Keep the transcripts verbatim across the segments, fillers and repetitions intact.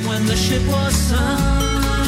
when the ship was sunk.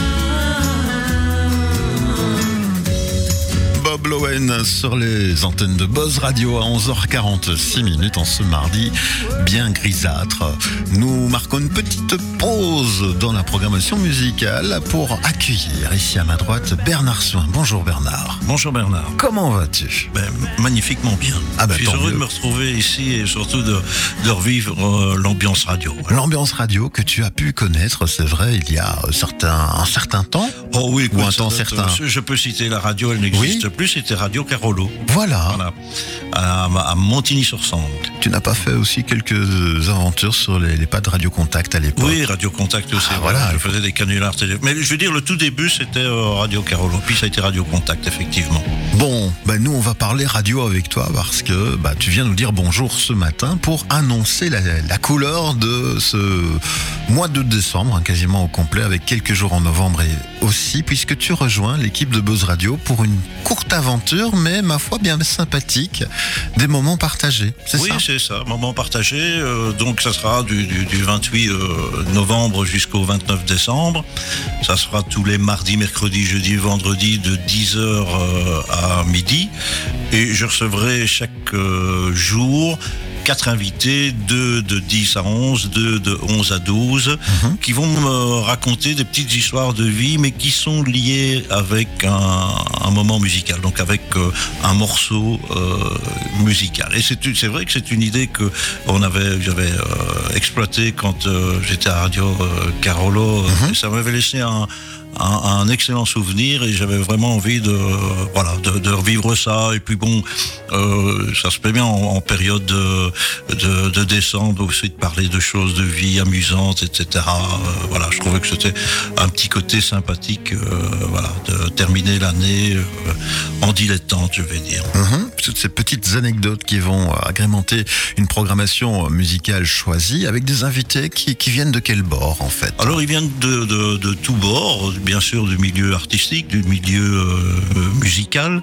Bob Lowen sur les antennes de Buzz Radio à onze heures quarante-six minutes en ce mardi bien grisâtre. Nous marquons une petite pause dans la programmation musicale pour accueillir ici à ma droite Bernard Soin. Bonjour Bernard. Bonjour Bernard. Comment vas-tu ? Ben, magnifiquement bien. Ah ben, Je suis heureux mieux. de me retrouver ici et surtout de, de revivre euh, l'ambiance radio. L'ambiance radio que tu as pu connaître, c'est vrai, il y a certains, un certain temps. Oh oui, Ou un ça temps date, certain. euh, Je peux citer la radio, elle n'existe Oui. plus, c'était Radio Carolo. Voilà. Voilà. À, à Montigny-sur-Sambre. Tu n'as pas fait aussi quelques aventures sur les, les pas de Radio Contact à l'époque ? Oui, Radio Contact aussi. Ah, voilà. voilà. Je faisais des canulars télé. Mais je veux dire, le tout début, c'était euh, Radio Carolo. Puis ça a été Radio Contact, effectivement. Bon, bah nous on va parler radio avec toi parce que bah, tu viens nous dire bonjour ce matin pour annoncer la, la couleur de ce mois de décembre, hein, quasiment au complet, avec quelques jours en novembre et aussi, puisque tu rejoins l'équipe de Buzz Radio pour une courte aventure, mais ma foi bien sympathique, des moments partagés, c'est Oui, ça ? c'est ça, moment partagé. Euh, donc ça sera du, du, du vingt-huit euh, novembre jusqu'au vingt-neuf décembre. Ça sera tous les mardis, mercredis, jeudis, vendredis de dix heures euh, à midi. Et je recevrai chaque euh, jour quatre invités, deux de dix à onze, deux de onze à douze, Mhm. qui vont me raconter des petites histoires de vie, mais qui sont liées avec un, un moment musical, donc avec euh, un morceau euh, musical. Et c'est, une- c'est vrai que c'est une idée que on avait, j'avais euh, exploitée quand euh, j'étais à Radio euh, Carolo. Mhm. Et ça m'avait laissé un Un, un excellent souvenir et j'avais vraiment envie de voilà de, de revivre ça. Et puis bon, euh, ça se fait bien en, en période de, de, de décembre aussi de parler de choses de vie amusantes, et cetera. Euh, voilà, je trouvais que c'était un petit côté sympathique, euh, voilà, de terminer l'année euh, en dilettante, je vais dire. Mhm. Toutes ces petites anecdotes qui vont agrémenter une programmation musicale choisie avec des invités qui, qui viennent de quel bord en fait ? Alors ils viennent de, de, de tous bords, bien sûr du milieu artistique, du milieu euh, musical,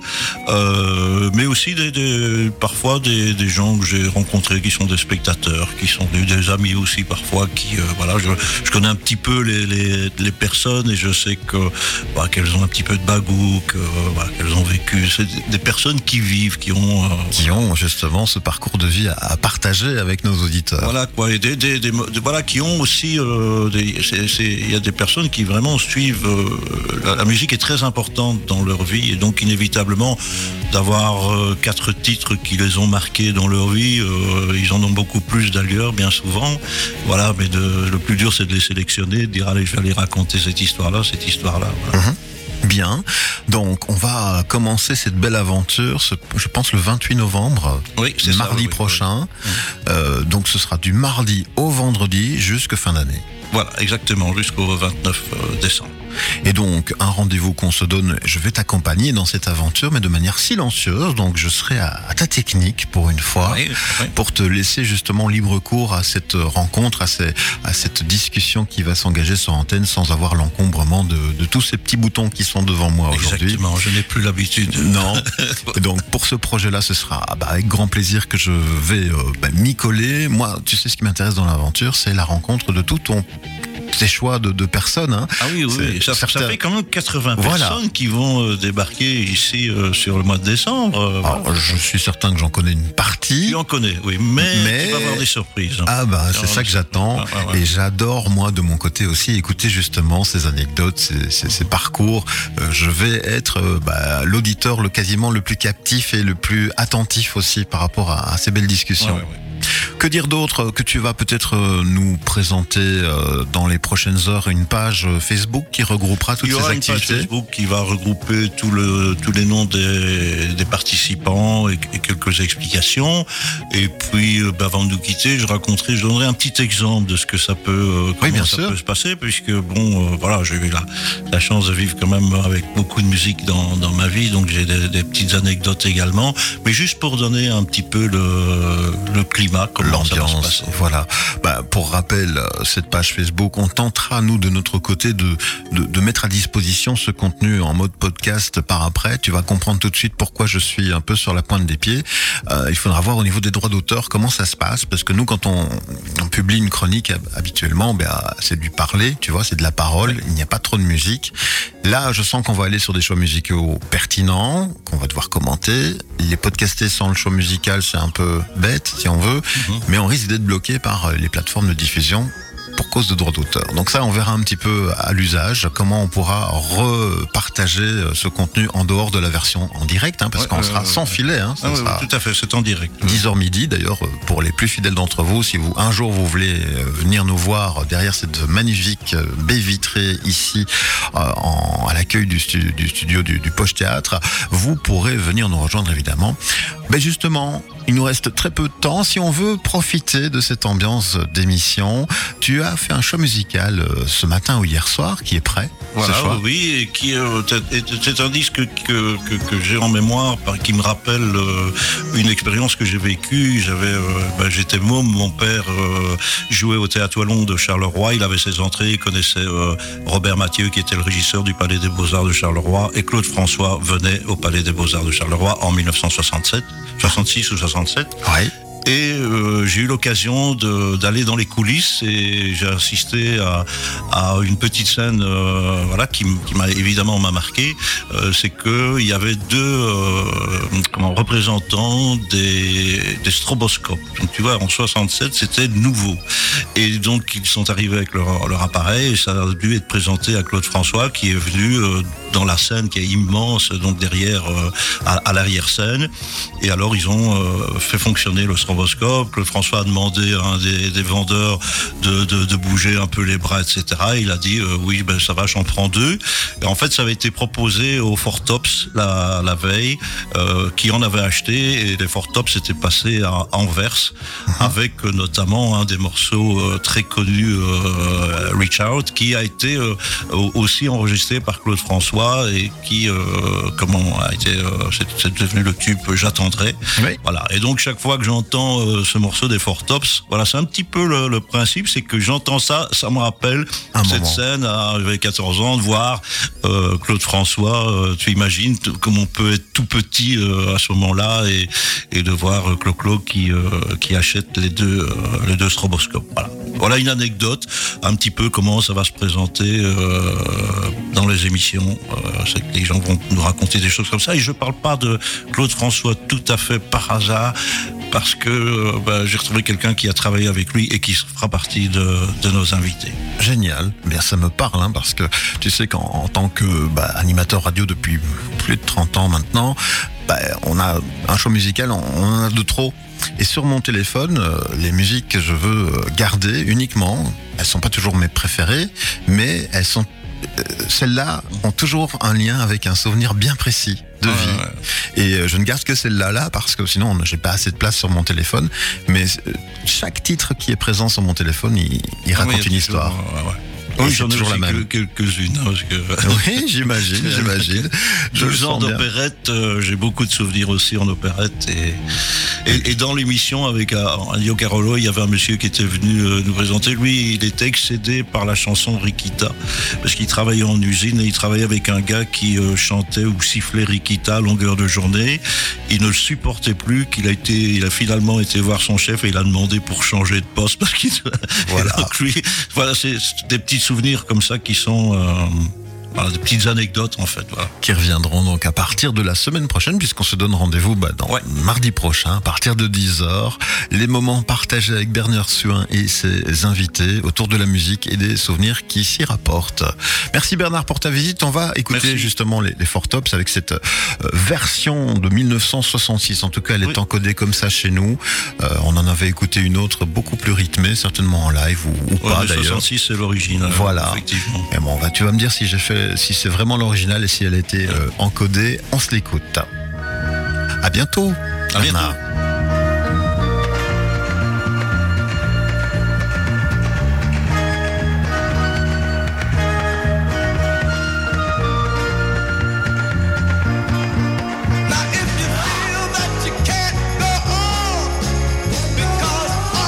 euh, mais aussi des, des, parfois des, des gens que j'ai rencontrés qui sont des spectateurs, qui sont des, des amis aussi parfois, qui euh, voilà, je, je connais un petit peu les, les, les personnes et je sais que bah, qu'elles ont un petit peu de bagou, que voilà, qu'elles ont vécu. C'est des personnes qui vivent, qui ont euh, Qui ont justement ce parcours de vie à, à partager avec nos auditeurs. Voilà quoi, et des, des, des, des- voilà qui ont aussi euh, des, c'est, c'est, il y a des personnes qui vraiment suivent. Euh, la, la musique est très importante dans leur vie et donc inévitablement d'avoir euh, quatre titres qui les ont marqués dans leur vie, euh, ils en ont beaucoup plus d'ailleurs bien souvent. Voilà, mais de, le plus dur c'est de les sélectionner, de dire allez je vais aller raconter cette histoire-là, cette histoire-là. Voilà. Mhm. Bien, donc on va commencer cette belle aventure, ce- je pense le vingt-huit novembre, Oui, c'est ça, mardi oui, oui, prochain. Euh, donc ce sera du mardi au vendredi jusqu'à fin d'année. Voilà, exactement, jusqu'au vingt-neuf décembre. Et donc un rendez-vous qu'on se donne, je vais t'accompagner dans cette aventure, mais de manière silencieuse, donc je serai à, à ta technique pour une fois. Oui, oui. Pour te laisser justement libre cours à cette rencontre, à, ces, à cette discussion qui va s'engager sur antenne sans avoir l'encombrement de, de tous ces petits boutons qui sont devant moi aujourd'hui. Exactement, je n'ai plus l'habitude. Non. Et donc pour ce projet-là, ce sera bah, avec grand plaisir que je vais euh, bah, m'y coller. Moi, tu sais ce qui m'intéresse dans l'aventure, c'est la rencontre de tout ton tes choix de, de personnes. Hein. Ah oui, oui, C'est oui. Ça, certain- ça fait quand même quatre-vingts Voilà. personnes qui vont euh, débarquer ici euh, sur le mois de décembre. Euh, Alors, voilà. je suis certain que j'en connais une partie. Tu en connais, oui, mais, Mais- tu vas avoir des surprises. Ah bah c'est Alors, ça que j'attends. ouais, ouais, ouais. Et j'adore moi de mon côté aussi écouter justement ces anecdotes, ces, ces, ces parcours. Euh, je vais être euh, bah, l'auditeur le quasiment le plus captif et le plus attentif aussi par rapport à, à ces belles discussions. Ouais, ouais, ouais. Que dire d'autre que tu vas peut-être euh, nous présenter euh, dans les prochaines heures une page Facebook qui regroupera toutes Il y ces aura une page activités. Facebook qui va regrouper tout le, tous les noms des, des participants et, et quelques explications. Et puis, euh, bah, avant de nous quitter, je raconterai, je donnerai un petit exemple de ce que ça peut, euh, comment bien ça sûr. peut se passer, puisque bon, euh, voilà, j'ai eu la, la chance de vivre quand même avec beaucoup de musique dans, dans ma vie, donc j'ai des, des petites anecdotes également. Mais juste pour donner un petit peu le, le climat, comment l'ambiance. Voilà. Bah, pour rappel, cette page Facebook, on tentera nous de notre côté de, de de mettre à disposition ce contenu en mode podcast par après. Tu vas comprendre tout de suite pourquoi je suis un peu sur la pointe des pieds. Euh, il faudra voir au niveau des droits d'auteur comment ça se passe, parce que nous, quand on, on publie une chronique habituellement, ben c'est du parler, tu vois, c'est de la parole. Il n'y a pas trop de musique. Là, je sens qu'on va aller sur des choix musicaux pertinents, qu'on va devoir commenter. Les podcaster sans le choix musical, c'est un peu bête, si on veut, mmh. mais on risque d'être bloqué par les plateformes de diffusion pour cause de droits d'auteur. Donc ça, on verra un petit peu à l'usage comment on pourra repartager ce contenu en dehors de la version en direct, hein, parce ouais, qu'on euh, sera sans filet. Hein, ça ah, sera oui, tout à fait, c'est en direct. dix heures midi, d'ailleurs, pour les plus fidèles d'entre vous, si vous un jour vous voulez venir nous voir derrière cette magnifique baie vitrée ici, euh, en, à l'accueil du, stu, du studio du, du Poche Théâtre, vous pourrez venir nous rejoindre évidemment. Ben justement, il nous reste très peu de temps. Si on veut profiter de cette ambiance d'émission, tu as fait un choix musical euh, ce matin ou hier soir qui est prêt. Voilà, oui, et qui euh, c'est un disque que, que, que j'ai en mémoire, qui me rappelle euh, une expérience que j'ai vécue. J'avais, euh, ben, j'étais môme, mon père euh, jouait au Théâtre Wallon de Charleroi. Il avait ses entrées, il connaissait euh, Robert Mathieu, qui était le régisseur du Palais des Beaux-Arts de Charleroi, et Claude François venait au Palais des Beaux-Arts de Charleroi en dix-neuf cent soixante-sept, soixante-six ou soixante-sept. Ouais. Et euh, j'ai eu l'occasion de, d'aller dans les coulisses et j'ai assisté à, à une petite scène, euh, voilà, qui, qui m'a évidemment m'a marqué. Euh, c'est que il y avait deux euh, comment, représentants des, des stroboscopes. Donc tu vois, en soixante-sept, c'était nouveau. Et donc ils sont arrivés avec leur, leur appareil et ça a dû être présenté à Claude François, qui est venu euh, dans la scène qui est immense, donc derrière, euh, à, à l'arrière-scène. Et alors ils ont euh, fait fonctionner le stroboscope. Claude François a demandé à un des, des vendeurs de, de, de bouger un peu les bras, et cetera. Il a dit euh, oui, ben ça va, j'en prends deux. Et en fait, ça avait été proposé au Four Tops la, la veille, euh, qui en avait acheté, et les Four Tops étaient passés à Anvers, mmh. avec euh, notamment un des morceaux euh, très connus, euh, Reach Out, qui a été euh, aussi enregistré par Claude François et qui, euh, comment a été, euh, c'est, c'est devenu le tube J'attendrai. Oui. Voilà. Et donc chaque fois que j'entends euh, ce morceau des Four Tops, voilà, c'est un petit peu le, le principe, c'est que j'entends ça, ça me rappelle un cette moment. Scène, à, j'avais quatorze ans, de voir euh, Claude François, euh, tu imagines t- comme on peut être tout petit euh, à ce moment-là, et, et de voir euh, Clo-Clo qui, euh, qui achète les deux, euh, les deux stroboscopes. Voilà. Voilà une anecdote, un petit peu comment ça va se présenter euh, dans les émissions. Euh, c'est que les gens vont nous raconter des choses comme ça. Et je parle pas de Claude François tout à fait par hasard, parce que euh, bah, j'ai retrouvé quelqu'un qui a travaillé avec lui et qui fera partie de, de nos invités. Génial. Bien, ça me parle, hein, parce que tu sais qu'en en tant que bah, animateur radio depuis plus de trente ans maintenant, bah, on a un choix musical, on, on en a de trop. Et sur mon téléphone, euh, les musiques que je veux garder uniquement, elles sont pas toujours mes préférées, mais elles sont, euh, celles-là ont toujours un lien avec un souvenir bien précis de vie. Ouais, ouais. Et euh, je ne garde que celle-là là parce que sinon j'ai pas assez de place sur mon téléphone. Mais euh, chaque titre qui est présent sur mon téléphone, il, il raconte ah oui, une histoire. Ouais, ouais. Oui, j'en ai toujours la même. Quelques-unes. Hein, parce que... Oui, j'imagine, j'imagine. Je le genre d'opérette, euh, j'ai beaucoup de souvenirs aussi en opérette. Et, et, et dans l'émission avec Ennio Carollo, il y avait un monsieur qui était venu euh, nous présenter. Lui, il était excédé par la chanson Rikita, parce qu'il travaillait en usine et il travaillait avec un gars qui euh, chantait ou sifflait Rikita à longueur de journée. Il ne le supportait plus, qu'il a été, il a finalement été voir son chef et il a demandé pour changer de poste parce qu'il. Voilà. Donc lui, voilà, c'est des petites souvenirs comme ça qui sont euh, voilà, des petites anecdotes en fait. Voilà. Qui reviendront donc à partir de la semaine prochaine, puisqu'on se donne rendez-vous bah, dans ouais. mardi prochain, à partir de dix heures. Les moments partagés avec Bernard Suin et ses invités autour de la musique et des souvenirs qui s'y rapportent. Merci Bernard pour ta visite. On va écouter Merci. justement les, les Four Tops avec cette euh, version de dix-neuf cent soixante-six. En tout cas, elle est oui. encodée comme ça chez nous. Euh, on en avait écouté une autre beaucoup plus rythmée, certainement en live ou, ou ouais, pas d'ailleurs. soixante-six, c'est l'original. Voilà. Effectivement. Et bon, bah, tu vas me dire si j'ai fait si c'est vraiment l'original et si elle a été euh, encodée. On se l'écoute. À bientôt. À bientôt. Anna. Now if you feel that you can't go on because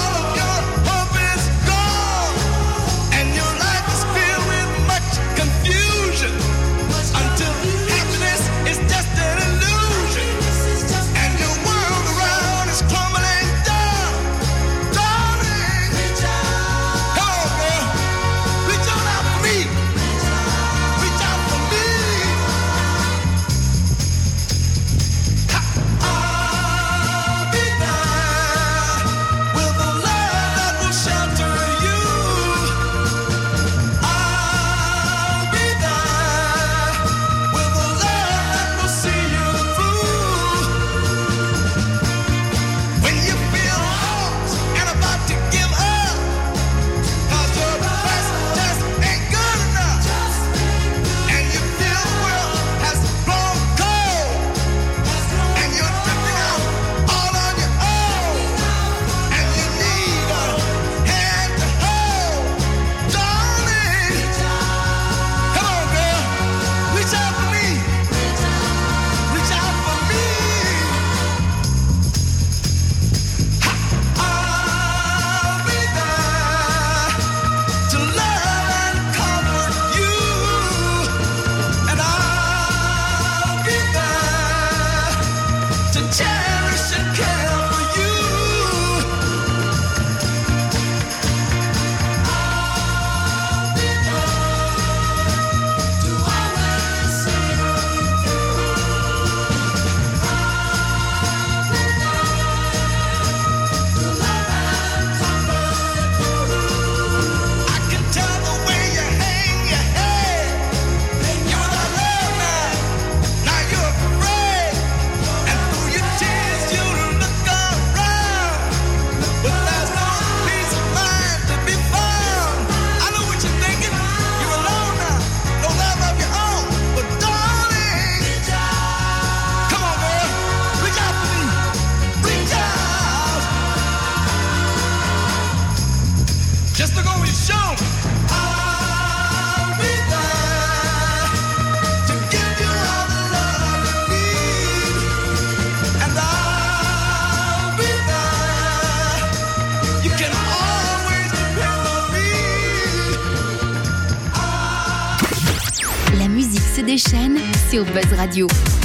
Deschênes sur Buzz Radio.